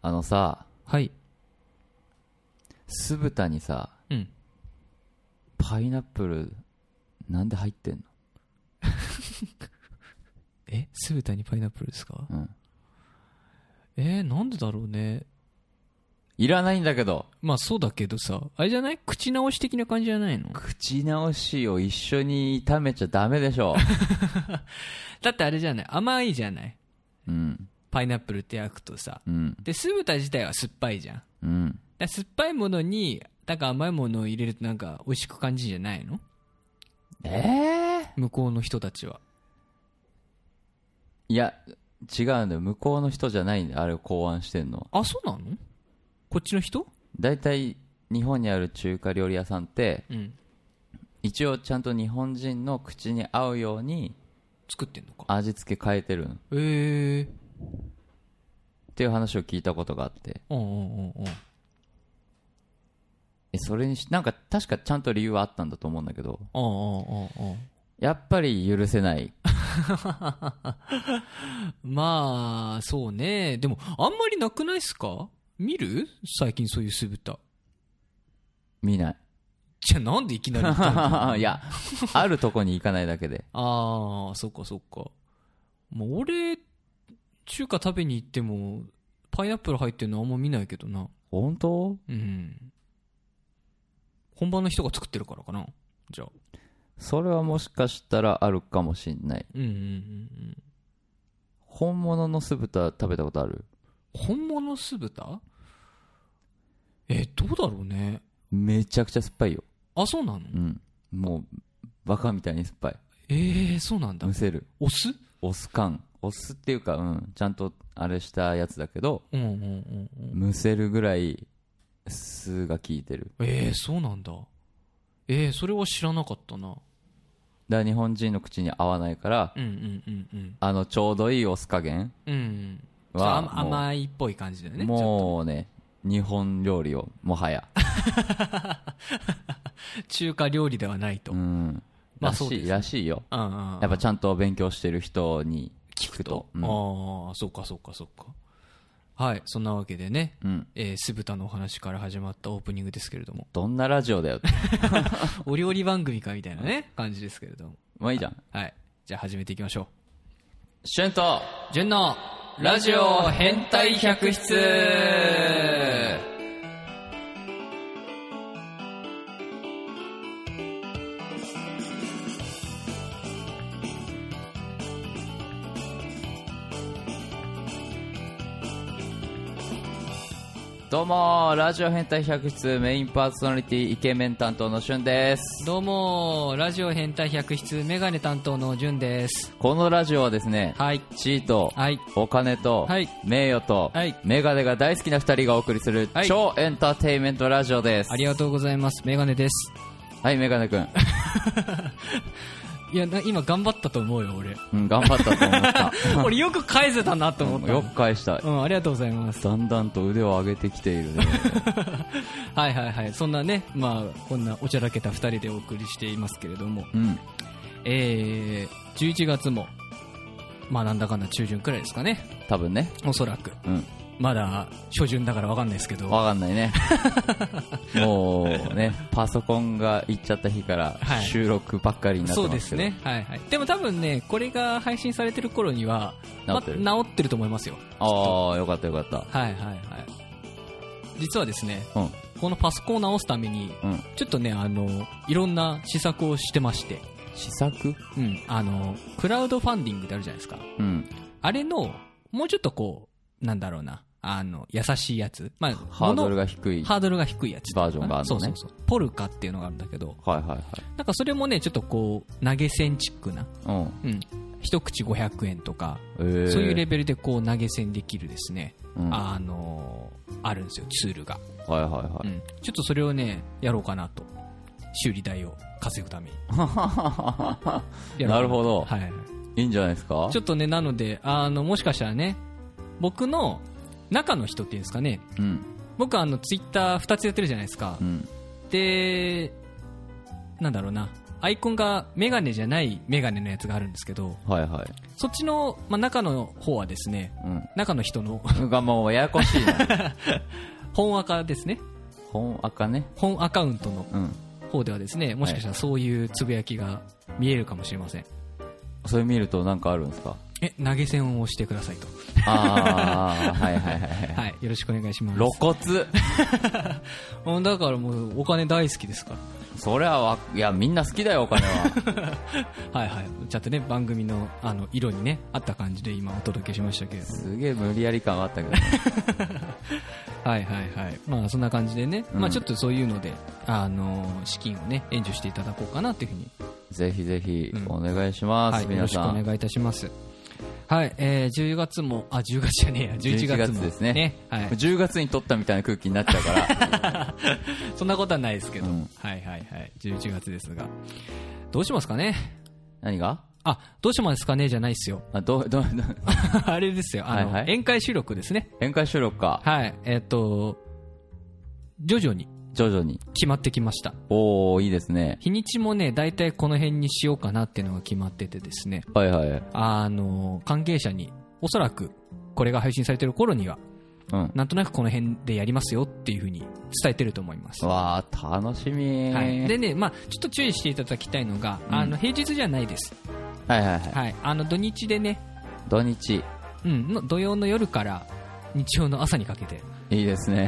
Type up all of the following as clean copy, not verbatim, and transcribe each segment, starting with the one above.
さ、 はい。 酢豚にさ、 うん。 パイナップルなんで入ってんの？ 酢豚にパイナップルですか？ うん。 なんでだろうね。 いらないんだけど。 まあそうだけどさ、あれじゃない？口直し的な感じじゃないの？ 口直しを一緒に炒めちゃダメでしょ。 だってあれじゃない？甘いじゃない？ うん。 パイナップルって焼くとさ。 うん。 で、酢豚自体は酸っぱいじゃん。 うん。 だ酸っぱいものに、なんか甘いものを入れるとなんか美味しく感じじゃないの？向こうの人たちは。 いや、違うんだよ。向こうの人じゃないんだよ。あれを考案してんの。 あ、そうなの？こっちの人？ だいたい日本にある中華料理屋さんって、 うん。 一応ちゃんと日本人の口に合うように作ってんのか。 味付け変えてるの。っていう話を聞いたことがあって。それになんか確かちゃんと理由はあったんだと思うんだけど、やっぱり許せない。 まあ、そうね。でも、あんまりなくないっすか？見る？最近そういう酢豚。 見ない。 じゃあなんでいきなり言ったの？ いや、あるとこに行かないだけで。 ああ、そっかそっか。もう俺、中華食べに行っても、パイナップル入ってるのあんま見ないけどな。 本当？ うん。本場の人が作ってるからかな。じゃあ。 それはもしかしたらあるかもしんない。本物の酢豚食べたことある？ 本物酢豚？どうだろうね。 めちゃくちゃ酸っぱいよ。 あ、そうなの？ うん。もう、バカみたいに酸っぱい。 そうなんだ。 むせる。 お酢？ お酢感。お酢っていうか、うん。ちゃんとあれしたやつだけど、むせるぐらい酢が効いてる。 そうなんだ。それは知らなかったな。 だから日本人の口に合わないから、ちょうどいいお酢加減は、 甘いっぽい感じだよね。 もうね、日本料理をもはや中華料理ではないと。 まあそうです、ね、らしいよ。やっぱちゃんと勉強してる人に聞くと。 そっかそっかそっか。はい、そんなわけでね、酢豚のお話から始まったオープニングですけれども。 どんなラジオだよって。 お料理番組かみたいなね、感じですけれども。 まあいいじゃん。 はい。じゃあ始めていきましょう。 シュンと、 ジュンのラジオ変態百室。 どうもラジオ変態百室メインパーソナリティイケメン担当のしゅんです。 どうもラジオ変態百室メガネ担当のじゅんです。 このラジオはですね、 はい、 地位と、はい、お金と、はい、名誉と、はい、メガネが大好きな2人がお送りする、はい、超エンターテインメントラジオです。 ありがとうございます。メガネです。 はい、メガネくん。 いや今頑張ったと思うよ俺。 頑張ったと思った。 俺よく返せたなと思った。 よく返した。 ありがとうございます。 だんだんと腕を上げてきているね。 はいはいはい。そんなね、まあこんなおちゃらけた2人でお送りしていますけれども、11月もまあなんだかんだ中旬くらいですかね。 多分ね。 おそらく。まだ初旬だから分かんないですけど。 分かんないね。もうね、パソコンが行っちゃった日から収録ばっかりになってますけど、 そうですね。はいはい。でも多分ね、これが配信されてる頃には治ってると思いますよ。 ああ、よかったよかった。 はいはいはい。実はですね、このパソコンを直すために、ちょっとね、いろんな施策をしてまして。 施策？ クラウドファンディングってあるじゃないですか。あれの、もうちょっとこう、なんだろうな。優しいやつ。まあ、 ハードルが低い。 ハードルが低いやつ。 バージョンがあるのね。 そう。ポルカっていうのがあるんだけど。 はいはいはい。 なんかそれもね、ちょっとこう、投げ銭チックな。一口500円とか、そういうレベルでこう投げ銭できるですね。あるんですよ、ツールが。 はいはいはい。 ちょっとそれをね、やろうかなと。修理代を稼ぐために。 なるほど。 はい。 いいんじゃないですか？ ちょっとね、なので、もしかしたらね、僕の中の人っていうんですかね、僕ツイッター2つやってるじゃないですか、でなんだろうな、 アイコンがメガネじゃないメガネのやつがあるんですけど、 はいはい。 そっちの、中の方はですね、中の人のがもうややこしいな。 本アカですね。 本アカね。 本アカウントの方ではですね、もしかしたらそういうつぶやきが見えるかもしれません。 それ見ると何かあるんですか？ 投げ銭を押してくださいと。 ああ、はいはいはい。 はい、よろしくお願いします。 露骨。 だからもうお金大好きですから。 そりゃいやみんな好きだよお金は。 はいはい。ちゃんとね番組の色にね合った感じで今お届けしましたけれども。 すげえ無理やり感はあったけど、ね。 はいはいはい。まあそんな感じでね、まあちょっとそういうので資金をね援助していただこうかなというふうに。 ぜひぜひお願いします、 はい、 皆さん。 よろしくお願いいたします。はい、10月も10月じゃねえや11月もですね。 はい、 10月に撮ったみたいな空気になっちゃうからそんなことはないですけど、はいはいはい11月ですがどうしますかね。 何がどうしますかねじゃないっすよ。あれですよはい、はい、宴会収録ですね。 宴会収録か。 はい徐々に決まってきました。 おーいいですね。 日にちもねだいたいこの辺にしようかなっていうのが決まっててですね。 はいはい。 関係者におそらくこれが配信されてる頃には、なんとなくこの辺でやりますよっていう風に伝えてると思います。 わー楽しみ。 はい、でねちょっと注意していただきたいのが、平日じゃないです。 はいはいはい。 はい、土日でね。 土日。 土曜の夜から日曜の朝にかけて。いいですね。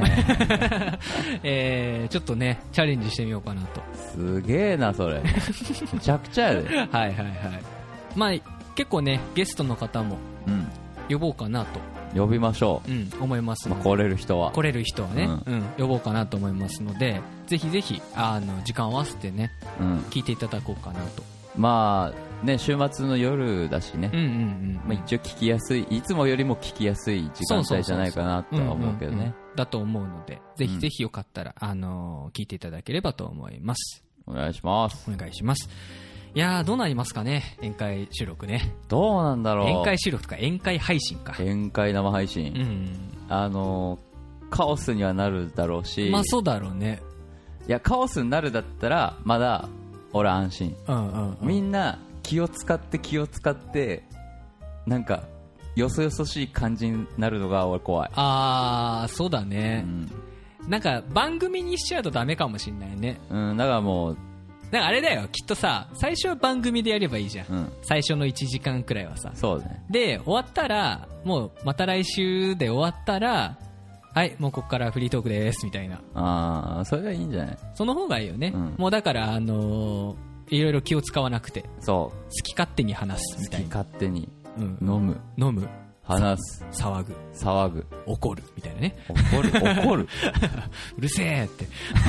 ちょっとねチャレンジしてみようかなと。 すげえなそれ。めちゃくちゃやで。はいはいはい。まあ結構ねゲストの方も呼ぼうかなと。 呼びましょう。思いますので。 来れる人はね、呼ぼうかなと思いますので、ぜひぜひ時間を合わせてね、聞いていただこうかなと。 まあね週末の夜だしね。一応聞きやすい、いつもよりも聞きやすい時間帯じゃないかなとは思うけどね。 だと思うので、ぜひぜひよかったら聞いていただければと思います。 お願いします。 お願いします。いやーどうなりますかね宴会収録ね。 どうなんだろう。 宴会収録か宴会配信か。 宴会生配信。カオスにはなるだろうし。 まあそうだろうね。 いやカオスになるだったらまだ俺安心。みんな気を使ってなんかよそよそしい感じになるのが俺怖い。 そうだね、なんか番組にしちゃうとダメかもしんないね。 だからもうなんかあれだよきっとさ最初は番組でやればいいじゃん、最初の1時間くらいはさ。 そうね。 で終わったらもうまた来週で終わったらはいもうここからフリートークですみたいな。 それがいいんじゃない。 その方がいいよね、もうだからいろいろ気を使わなくて好き勝手に話すみたいな。 好き勝手に飲む話す騒ぐ怒るみたいなね。 怒るうるせえって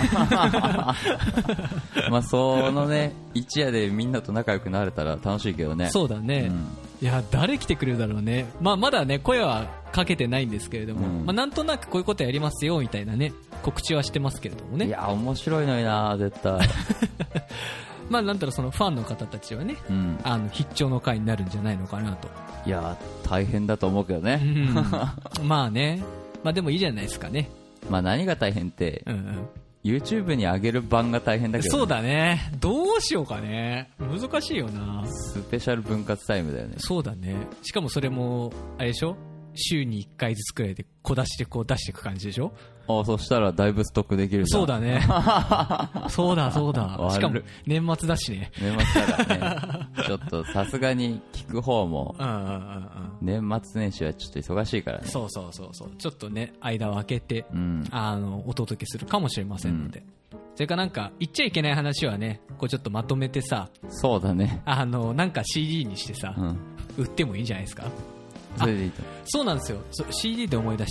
まあそのね一夜でみんなと仲良くなれたら楽しいけどね。 そうだね、いや誰来てくれるだろうね。まだね声はかけてないんですけれども、なんとなくこういうことやりますよみたいなね告知はしてますけれどもね。 いや面白いのにな絶対なんだろうそのファンの方たちはね、必聴の回になるんじゃないのかなと。 いや大変だと思うけどね、 まあね、でもいいじゃないですかね。 何が大変って、YouTube に上げる版が大変だけど、ね、 そうだね。どうしようかね。難しいよな。 スペシャル分割タイムだよね。 そうだね。しかもそれもあれでしょ週に1回ずつくらいで小出しでこう出していく感じでしょ。 そしたらだいぶストックできるじゃん。 そうだねそうだしかも年末だしね。 年末だからねちょっとさすがに聞く方も年末年始はちょっと忙しいからね。 そうちょっとね間を空けて、お届けするかもしれませんので、それかなんか言っちゃいけない話はねこうちょっとまとめてさ。 そうだね。 なんか CD にしてさ、売ってもいいんじゃないですか。 それでいいと。 そうなんですよ。CD で思い出した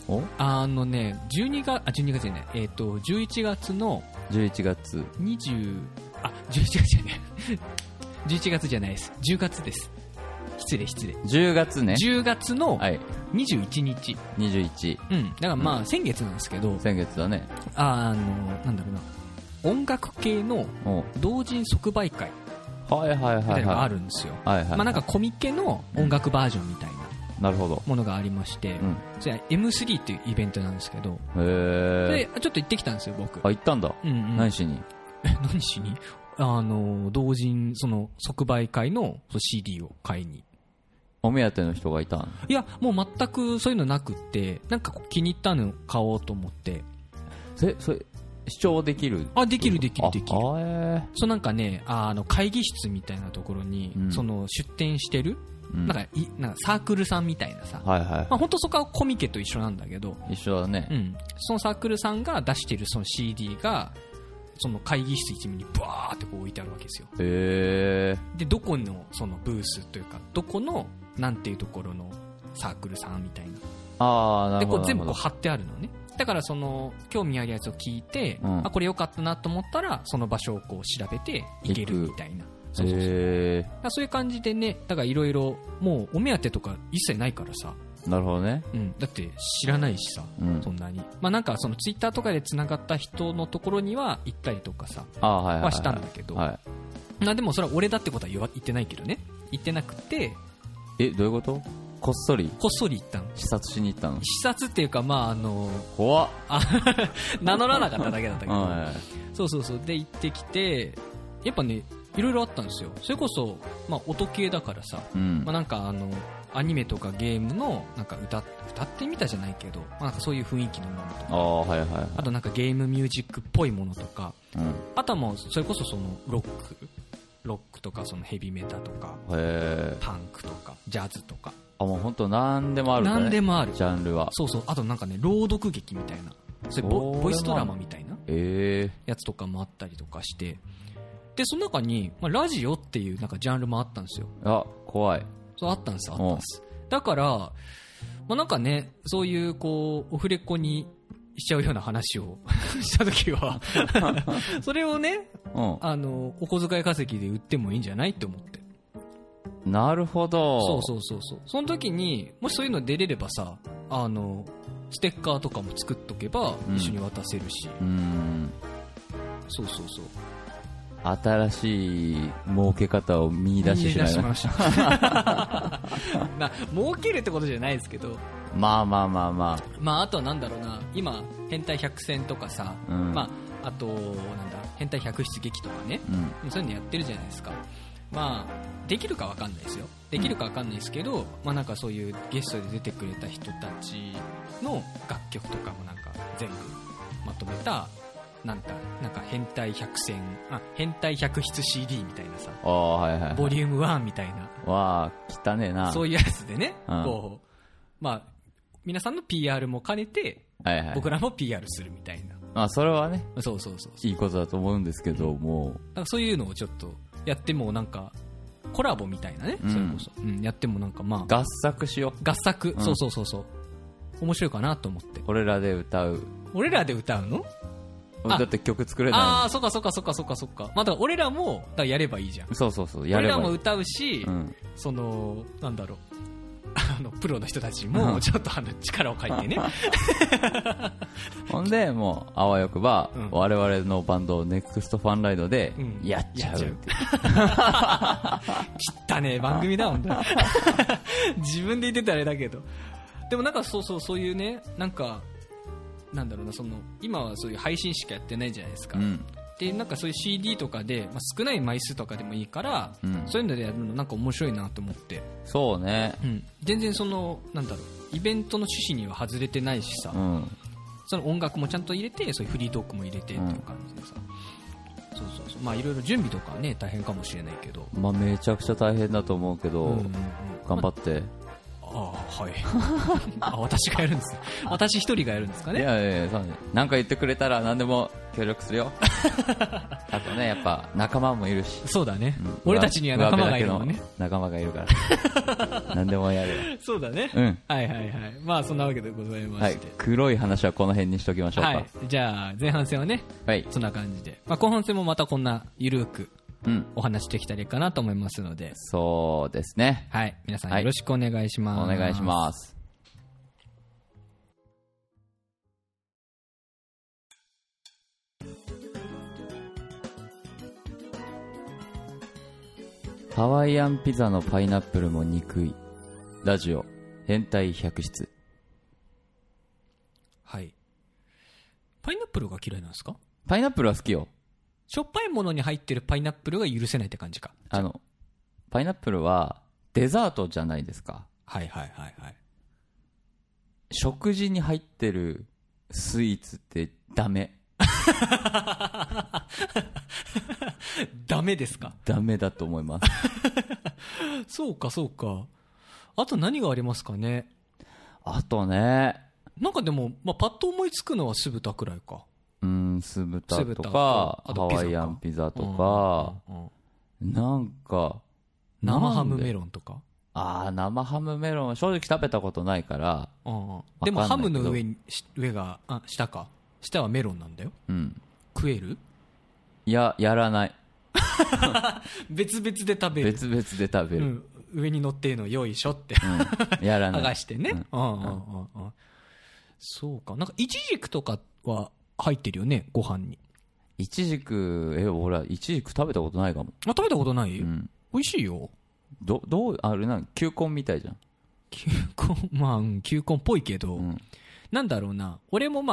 。12月じゃない11月の 11月 11月じゃない11月じゃないです。10月です。失礼 10月ね。 10月の21日、だから先月なんですけど。 先月だね。 なんだろうな音楽系の同人即売会があるんですよ。なんかコミケの音楽バージョンみたいなものがありまして、それは M3 っていうイベントなんですけど、でちょっと行ってきたんですよ僕。 行ったんだ。何しに同人その即売会の CD を買いに。 お目当ての人がいたん？ いやもう全くそういうのなくって、なんか気に入ったの買おうと思って。 それ視聴できる？ できる。そうなんかね、会議室みたいなところに、その出店してる、なんかサークルさんみたいなさ、本当そこはコミケと一緒なんだけど、 一緒だね。 そのサークルさんが出してるその CD がその会議室一面にバーってこう置いてあるわけですよ。でどこのそのブースというか、どこのなんていうところのサークルさんみたいな。でこう全部こう貼ってあるのね。だからその興味あるやつを聞いて、これ良かったなと思ったらその場所をこう調べて行けるみたいな。そういう感じでね。だからいろいろもうお目当てとか一切ないからさ。 なるほどね。 だって知らないしさ、そんなに。なんかそのツイッターとかでつながった人のところには行ったりとかさ、はしたんだけど、でもそれは俺だってことは言ってないけどね。言ってなくて。 どういうこと？こっそり行ったの。 視察しに行ったの？ 視察っていうか怖っ名乗らなかっただけだったけどそうで行ってきて、やっぱねいろいろあったんですよ。それこそ音系だからさ、なんかアニメとかゲームのなんか歌ってみたじゃないけど、なんかそういう雰囲気のものとか、あとなんかゲームミュージックっぽいものとか、あとはもうそれこそそのロックとかそのヘビメタとかパンクとかジャズとか、 もう本当なんでもあるね。 なんでもあるジャンルは。 そうあとなんかね朗読劇みたいな、それボイスドラマみたいなやつとかもあったりとかして、でその中に、ラジオっていうなんかジャンルもあったんですよ。 怖い。 そうあったんです。だから、なんかね、そういうこうオフレコにしちゃうような話をした時はそれをね、お小遣い稼ぎで売ってもいいんじゃないって思って。 なるほど。 そうその時にもしそういうの出れればさ、ステッカーとかも作っとけば一緒に渡せるし、そう新しい儲け方を見出してしまいました儲けるってことじゃないですけど、 あとはなんだろうな、今変態百選とかさ、あとなんだ変態百出劇とかね、そういうのやってるじゃないですか。できるかわかんないですよ。できるかわかんないですけど、なんかそういうゲストで出てくれた人たちの楽曲とかもなんか全部まとめたなんか変態百選、変態百出 CD みたいなさ、ボリューム1みたいな、 汚ねえな、 そういうやつでね、こう皆さんの PR も兼ねて、僕らも PR するみたいな。 それはね、 そういいことだと思うんですけども、 なんかそういうのをちょっとやってもなんかコラボみたいなね、それこそ、やってもなんか合作しよう。 合作、そう面白いかなと思って。 俺らで歌うの？ だって曲作れない。 そっか。だから俺らもやればいいじゃん。 そうやればいい。 俺らも歌うし、そのなんだろう、プロの人たちもちょっと力を借りてねほんでもうあわよくば、我々のバンドネクストファンライドでやっちゃうっていう汚ねえ番組だもんね自分で言ってたらあれだけど、でもなんかそういうね、なんかなんだろうな、その今はそういう配信しかやってないじゃないですか、でなんかそういう CD とかで、少ない枚数とかでもいいから、そういうのでやるのなんか面白いなと思って。 そうね、 全然そのなんだろう、イベントの趣旨には外れてないしさ、その音楽もちゃんと入れて、そういうフリートークも入れてっていう感じでさ、いろいろ準備とかね大変かもしれないけど、 めちゃくちゃ大変だと思うけど、頑張って。 はい私がやるんです。私一人がやるんですかね。 いやそうね、なんか言ってくれたら何でも協力するよあとね、やっぱ仲間もいるし。 そうだね、俺たちには仲間がいるもんね。 仲間がいるから何でもやるよそうだね、はいそんなわけでございまして、 黒い話はこの辺にしときましょうか。 じゃあ前半戦はね、そんな感じで、後半戦もまたこんなゆるくお話できたらいいかなと思いますので、 そうですね、 皆さんよろしくお願いします。 お願いします。ハワイアンピザのパイナップルも憎いラジオ変態百出。 パイナップルが嫌いなんですか？ パイナップルは好きよ。 しょっぱいものに入ってるパイナップルが許せないって感じか。 パイナップルはデザートじゃないですか。 はいはいはいはい。 食事に入ってるスイーツってダメ。 ダメですか？ ダメだと思います。 そうかそうか。あと何がありますかね。 あとね、 なんかでも、まあ、パッと思いつくのは酢豚くらいか。 酢豚とかハワイアンピザとか、なんか生ハムメロンとか。 生ハムメロン正直食べたことないから、 でもハムの上が下か、下はメロンなんだよ。食える？ いや、やらない。 別々で食べる。 別々で食べる。 上に乗っているのよいしょって、 やらない。 剥がしてね。そうか。なんかイチジクとかは入ってるよね、ご飯に。 イチジク、俺はイチジク食べたことないかも。 食べたことない？美味しいよ。 どうあれ球根みたいじゃん。 球根、球根っぽいけど、なんだろうな。俺も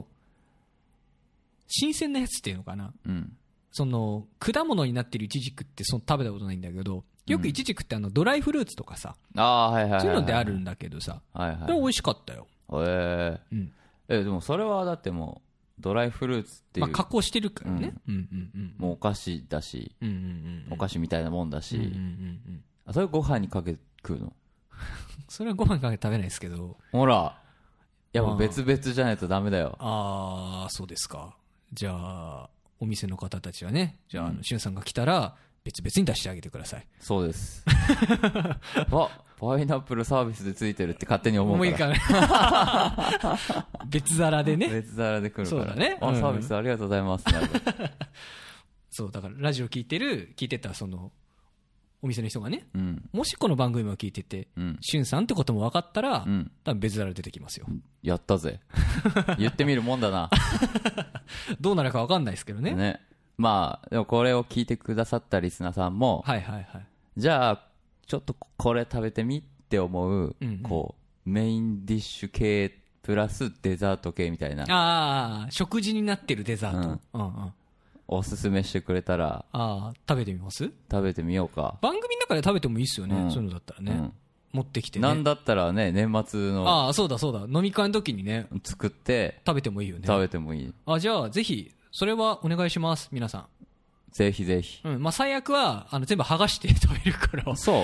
新鮮なやつっていうのかな。果物になってるイチジクって食べたことないんだけど、よくイチジクってドライフルーツとかさ、そういうのであるんだけどさ、それ美味しかったよ。 でもそれはだってもうドライフルーツっていう、 加工してるからね。 もうお菓子だし、お菓子みたいなもんだし、それご飯にかけ食うの？ それはご飯にかけて食べないですけど。 ほら、いやもう別々じゃないとダメだよ。 そうですか。じゃあお店の方たちはね、じゃあしゅんさんが来たら別々に出してあげてください。 そうです。パイナップルサービスでついてるって勝手に思うから。 もういいから別皿でね。 別皿で来るから。 そうだね。 サービスありがとうございます。 そう、だからラジオ聞いてたお店の人がね、もしこの番組を聞いてて、しゅんさんってことも分かったら、多分別皿出てきますよ。 やったぜ。言ってみるもんだな。 どうなるか分かんないですけどね。 まあ、でもこれを聞いてくださったリスナーさんも、じゃあ、ちょっとこれ食べてみって思う、メインディッシュ系プラスデザート系みたいな。 食事になってるデザート。 おすすめしてくれたら。 食べてみます？ 食べてみようか。 番組の中で食べてもいいっすよね。そういうのだったらね。持ってきてね。 なんだったらね、年末の。 そうだ。飲み会の時にね。 作って。 食べてもいいよね。 食べてもいい。 じゃあ、ぜひ、それはお願いします、皆さん。 ぜひぜひ。 最悪は、全部剥がして食べるから。 そう。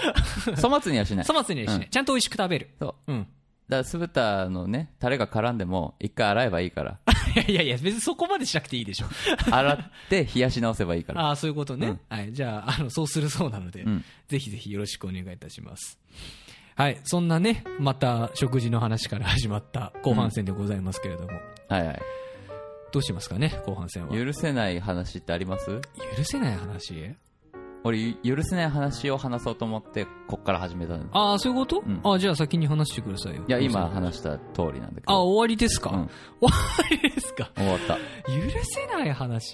粗末にはしない。 粗末にはしない。ちゃんと美味しく食べる。 そう。だから酢豚のね、タレが絡んでも、一回洗えばいいから。 いや、別にそこまでしなくていいでしょ。 洗って冷やし直せばいいから。 そういうことね。じゃあ、そうするそうなので、ぜひぜひよろしくお願いいたします。はい、そんなね、また食事の話から始まった後半戦でございますけれども。どうしますかね、後半戦は。 許せない話ってあります？ 許せない話？ 俺、許せない話を話そうと思って、こっから始めたの。そういうこと？じゃあ先に話してくださいよ。 いや、今話した通りなんだけど。 終わりですか？終わりですか？ 終わった。 許せない話？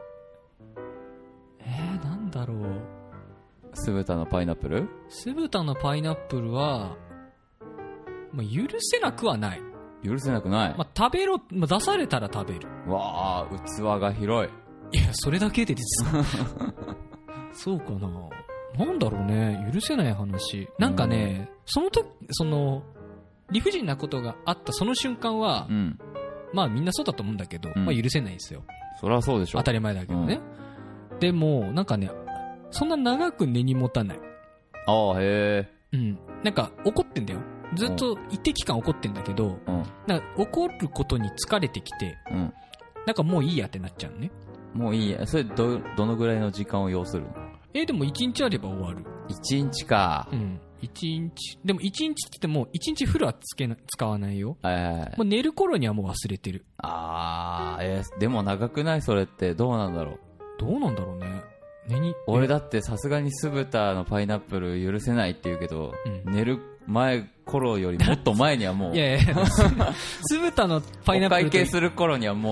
なんだろう。 酢豚のパイナップル？ 酢豚のパイナップルは、許せなくはない。 許せなくない？ 食べろ、出されたら食べる。 わ器が広い。 いや、それだけでですか。そうかな。なんだろうね、許せない話。なんかね、その時、理不尽なことがあったその瞬間は、みんなそうだと思うんだけど、許せないですよ。 そりゃそうでしょ。 当たり前だけどね。でも、なんかね、そんな長く根に持たない。 へえ。 なんか怒ってんだよ。ずっと一定期間怒ってんだけど、なんか怒ることに疲れてきて、なんかもういいやってなっちゃうね。 もういいや。それどのぐらいの時間を要するの？ でも1日あれば終わる。 1日か。 1日。でも1日って言っても、1日フルは使わないよ。もう寝る頃にはもう忘れてる。 でも長くない？それってどうなんだろう。 どうなんだろうね。 俺だってさすがに酢豚のパイナップル許せないって言うけど、寝る頃よりもっと前にはもう。 いや、酢豚のパイナップル。 お会計する頃にはもう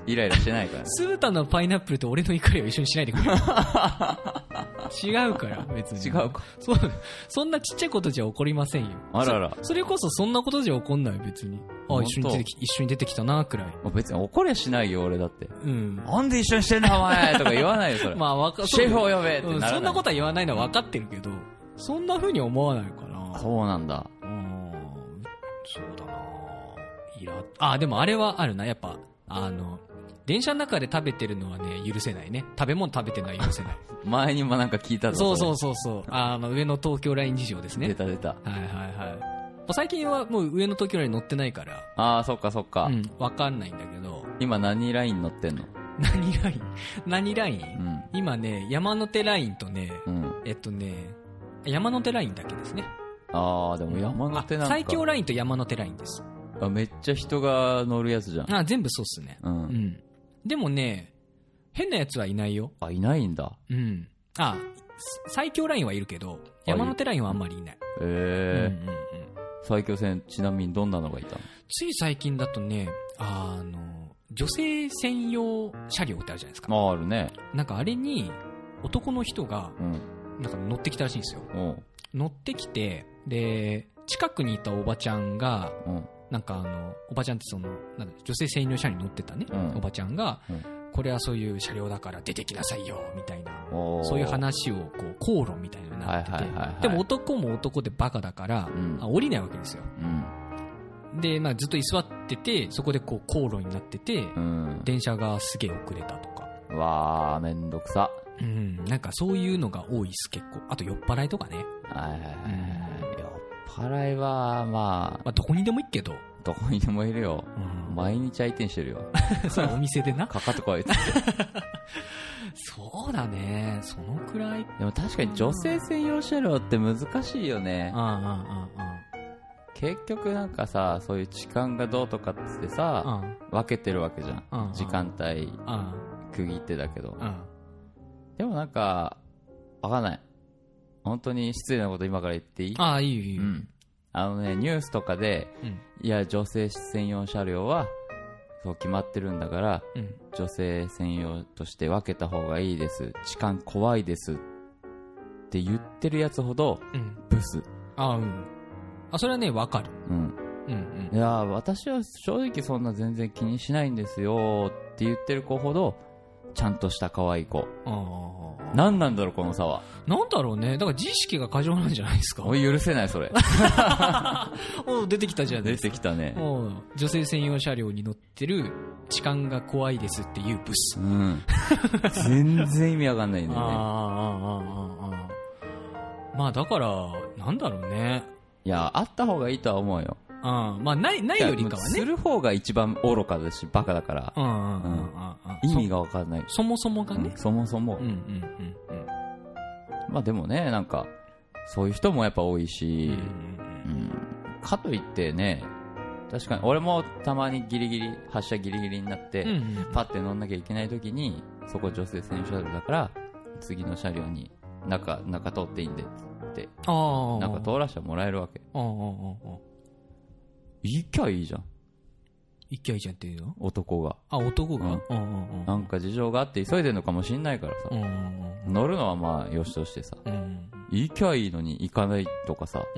イライラしてないから、ね、 スータのパイナップルと俺の怒りを一緒にしないでくれ違うから別に。 違うか。 そんなちっちゃいことじゃ起こりませんよ。 あらら。 それこそそんなことじゃ起こんない別に。一緒に出てきたなくらい。 別に怒りゃしないよ俺だって。 うん。 なんで一緒にしてんのお前とか言わないよそれ。 まあシェフを呼べってならない、 そんなことは言わないのは分かってるけど、そんな風に思わないかな。 そうなんだ。 そうだな。でもあれはあるな。やっぱ電車の中で食べてるのはね許せないね。食べ物食べてるのは許せない。 前にもなんか聞いたぞ。 そう上の東京ライン事情ですね。 出た。はい最近はもう上の東京ライン乗ってないから。 そっかそっか。 分かんないんだけど。 今何ライン乗ってんの？ 何ライン、今ね山手ラインとね、山手ラインだけですね。 でも山手なんか最強ラインと山手ラインです。 めっちゃ人が乗るやつじゃん。 全部そうっすね。でもね変なやつはいないよ。 いないんだ。 最強ラインはいるけど山手ラインはあんまりいない。 最強線ちなみにどんなのがいたの？ つい最近だとね女性専用車両ってあるじゃないですか。 あるね。 なんかあれに男の人がなんか乗ってきたらしいんですよ。乗ってきてで近くにいたおばちゃんが、なんかおばちゃんって女性専用車に乗ってたね、おばちゃんが、これはそういう車両だから出てきなさいよみたいな、そういう話を口論みたいになってて、でも男も男でバカだから、降りないわけですよ。で、ずっと居座っててそこで口論になってて、電車がすげえ遅れたとか。 わーめんどくさ。 なんかそういうのが多いっす結構。あと酔っ払いとかね。 酔っ払いはまあどこにでもいいけど。 どこにでもいるよ。毎日相手にしてるよ。 そうお店でな。 かかってこいって。 そうだね。そのくらい。 でも確かに女性専用車両って難しいよね。結局なんかさ、そういう時間がどうとかってさ、分けてるわけじゃん。時間帯区切ってだけど。でもなんかわかんない。本当に失礼なこと今から言っていい？ いい。 ニュースとかで、いや女性専用車両はそう決まってるんだから、女性専用として分けた方がいいです。痴漢怖いですって言ってるやつほどブス。 それはね分かる。 いや私は正直そんな全然気にしないんですよって言ってる子ほどちゃんとした可愛い子。何なんだろうこの差は。 なんだろうね。だから自意識が過剰なんじゃないですか。 許せないそれ。 出てきたじゃん。 出てきたね。 女性専用車両に乗ってる痴漢が怖いですっていうブス。 全然意味わかんないんだよね。 まあだからなんだろうね。 いやあった方がいいとは思うよ。 ないよりかはね。 する方が一番愚かだしバカだから。意味がわかんない。 そもそもがね。 そもそも。まあでもねなんかそういう人もやっぱ多いし、かといってね確かに俺もたまに発車ギリギリになって、パッて乗んなきゃいけない時にそこ女性専用車両だから次の車両に中通っていいんでってなんか通らせてもらえるわけ。行きゃいいじゃん。 行きゃいいじゃんっていうの？ 男が。 男が？ なんか事情があって急いでるのかもしんないからさ。乗るのはまあよしとしてさ。行きゃいいのに行かないとかさ。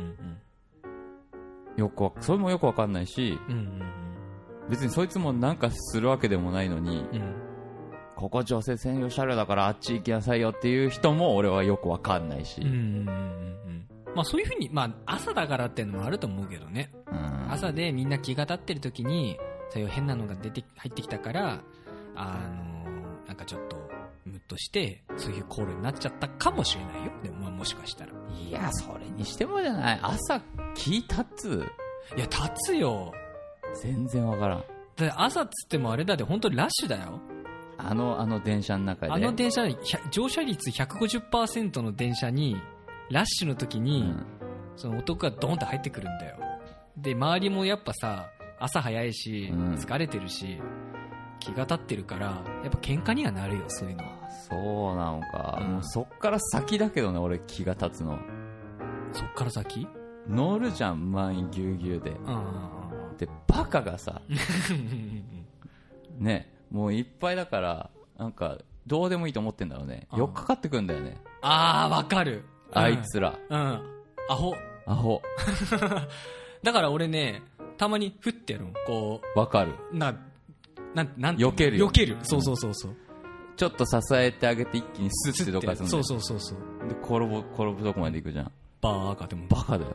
それもよくわかんないし、別にそいつもなんかするわけでもないのに、ここ女性専用車両だからあっち行きなさいよっていう人も俺はよくわかんないし。 そういう風に朝だからっていうのもあると思うけどね。朝でみんな気が立ってる時にそういう変なのが入ってきたからなんかちょっとムッとしてそういう口論になっちゃったかもしれないよ。でももしかしたら。 いやそれにしてもじゃない。朝気立つ。 いや立つよ。 全然わからん。 だって朝っつってもあれだって本当にラッシュだよ。 あの電車の中で電車乗車率 150% の電車にラッシュの時に、その男がドーンって入ってくるんだよ。で周りもやっぱさ朝早いし、疲れてるし気が立ってるからやっぱ喧嘩にはなるよそういうの。 そうなのか、もうそっから先だけどね俺気が立つの。 そっから先？ 乗るじゃん満員ぎゅうぎゅうで。でバカがさね、もういっぱいだからなんかどうでもいいと思ってんだろうね。寄っかかってくんだよね。 わかる、 あいつら。 アホだから俺ね、たまにフッてやるの、こう。わかる。 なん避けるよ。 避ける。そう。ちょっと支えてあげて一気にスッてどかすんだよ。 そう。 で転ぶとこまで行くじゃん。 バカでも。 バカだよ。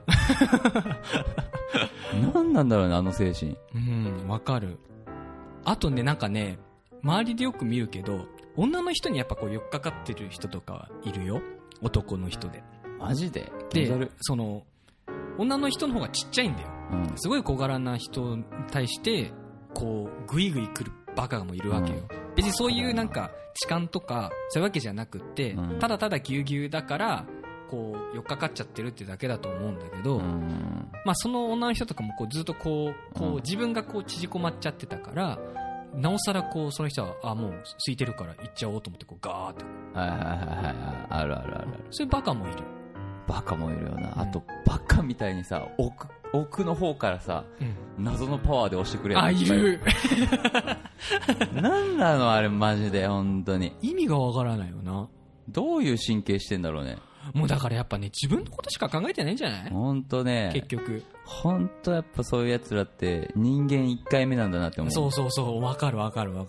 何なんだろうね、あの精神。 わかる。あとね、なんかね、周りでよく見るけど、女の人にやっぱこう寄っかかってる人とかいるよ。男の人で。 マジで？ で、女の人の方がちっちゃいんだよ。すごい小柄な人に対して、こう、グイグイ来るバカもいるわけよ。別にそういうなんか、痴漢とか、そういうわけじゃなくって、ただただギュウギュウだから、こう、寄っかかっちゃってるってだけだと思うんだけど、まあその女の人とかもこうずっとこう自分がこう縮こまっちゃってたから、なおさらこう、その人は、もう空いてるから行っちゃおうと思って、こう、ガーって。 ある。 そういうバカもいる。 バカもいるよな。あと、バカみたいにさ、奥の方からさ、謎のパワーで押してくれる。 いる。 なんなのあれマジで、本当に。 意味がわからないよな。 どういう神経してんだろうね。 もうだからやっぱね、自分のことしか考えてないんじゃない？ 本当ね。 結局。 本当やっぱそういう奴らって人間1回目なんだなって思う。 そう。わかる。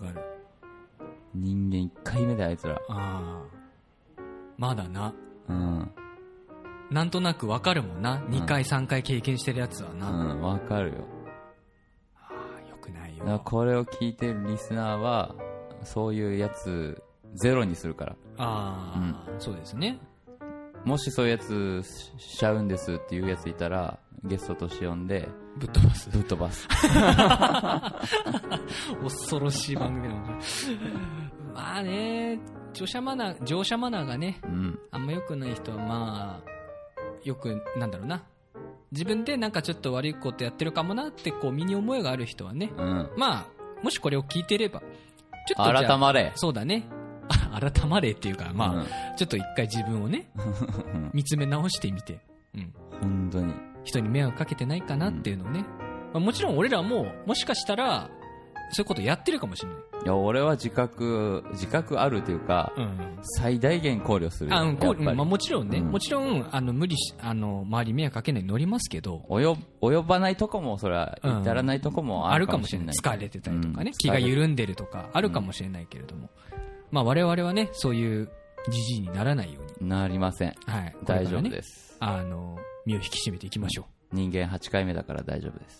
人間1回目だよ、あいつら。 まだな。なんとなくわかるもんな。2回3回経験してるやつはな。 わかるよ。 よくないよ。 だからこれを聞いてるリスナーはそういうやつゼロにするから。 そうですね。 もしそういうやつしちゃうんですっていうやついたらゲストとして呼んでぶっ飛ばす。恐ろしい番組なの。まあね、乗車マナーがね、あんま良くない人はまあよくなんだろうな、自分でなんかちょっと悪いことやってるかもなってこう身に思いがある人はね、まあもしこれを聞いてればちょっと改まれ。 そうだね。改まれっていうか、まあ、ちょっと一回自分をね、見つめ直してみて、 本当に。 人に迷惑かけてないかなっていうのをね。まあ、もちろん俺らも、もしかしたら、そういうことやってるかもしれない。 いや、俺は自覚あるというか、最大限考慮する。 もちろんね、もちろん、無理し、周り迷惑かけないように乗りますけど、 及ばないとこも、それは、至らないとこもあるかもしれない。 疲れてたりとかね、気が緩んでるとか、あるかもしれないけれども。まあ我々はね、そういうじじいにならないように。 なりません。 はい。 大丈夫です。 身を引き締めていきましょう。 人間8回目だから大丈夫です。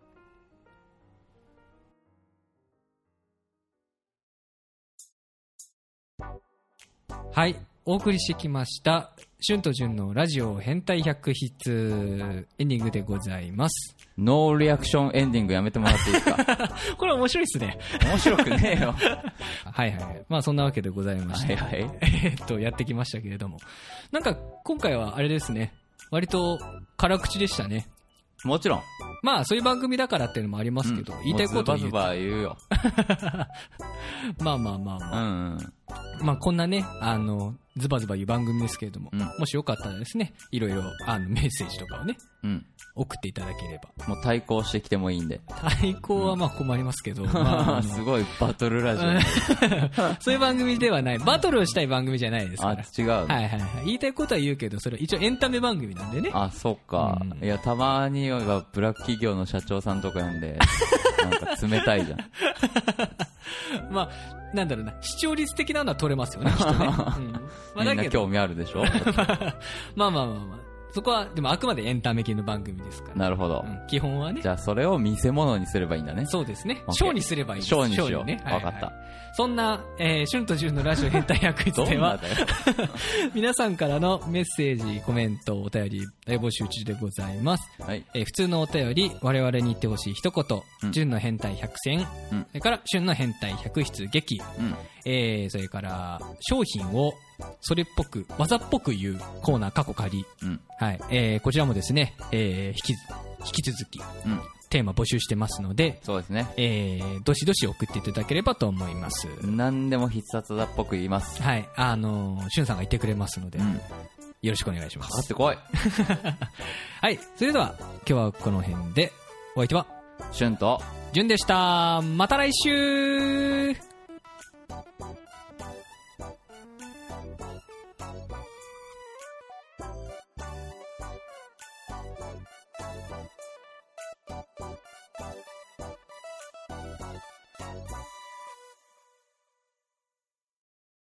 はい。お送りしてきました。春と純のラジオ変態百筆エンディングでございます。 ノーリアクションエンディングやめてもらっていいですか？ これ面白いっすね。 面白くねえよ。 はい。まあそんなわけでございまして。やってきましたけれども。なんか今回はあれですね。割と辛口でしたね。 もちろん。 まあそういう番組だからっていうのもありますけど、言いたいことを言うと。 ズバズバ言うよ。 まあ。まあこんなね、ズバズバ言う番組ですけれども、もしよかったらですね、いろいろメッセージとかをね、送っていただければ。 もう対抗してきてもいいんで。 対抗はまあ困りますけど、 すごいバトルラジオ。 そういう番組ではない。バトルをしたい番組じゃないですから。 違う。 はい。言いたいことは言うけど、それは一応エンタメ番組なんでね。 そっか。いや、たまにはブラック企業の社長さんとか呼んで、なんか冷たいじゃん。 まあ、なんだろうな、視聴率的なのは取れますよね、きっとね。 みんな興味あるでしょ？ まあ。そこは、でもあくまでエンタメ系の番組ですから。 なるほど。 基本はね。 じゃあそれを見せ物にすればいいんだね。 そうですね。ショーにすればいいです。 ショーにしよう。 ね。 わかった。 そんな、春と純のラジオ変態百筆では、皆さんからのメッセージ、コメント、お便り、大募集中でございます。 はい。 普通のお便り、我々に言ってほしい一言、純の変態百選、それから春の変態百筆劇、それから商品をそれっぽく、技っぽく言うコーナー過去仮、はい。こちらもですね、引き続き、テーマ募集してますので、 そうですね。 どしどし送っていただければと思います。 何でも必殺だっぽく言います。 はい。しゅんさんが言ってくれますので、よろしくお願いします。 かかってこい。 はい。それでは、今日はこの辺で、お相手は、 しゅんと、 じゅんでした。また来週。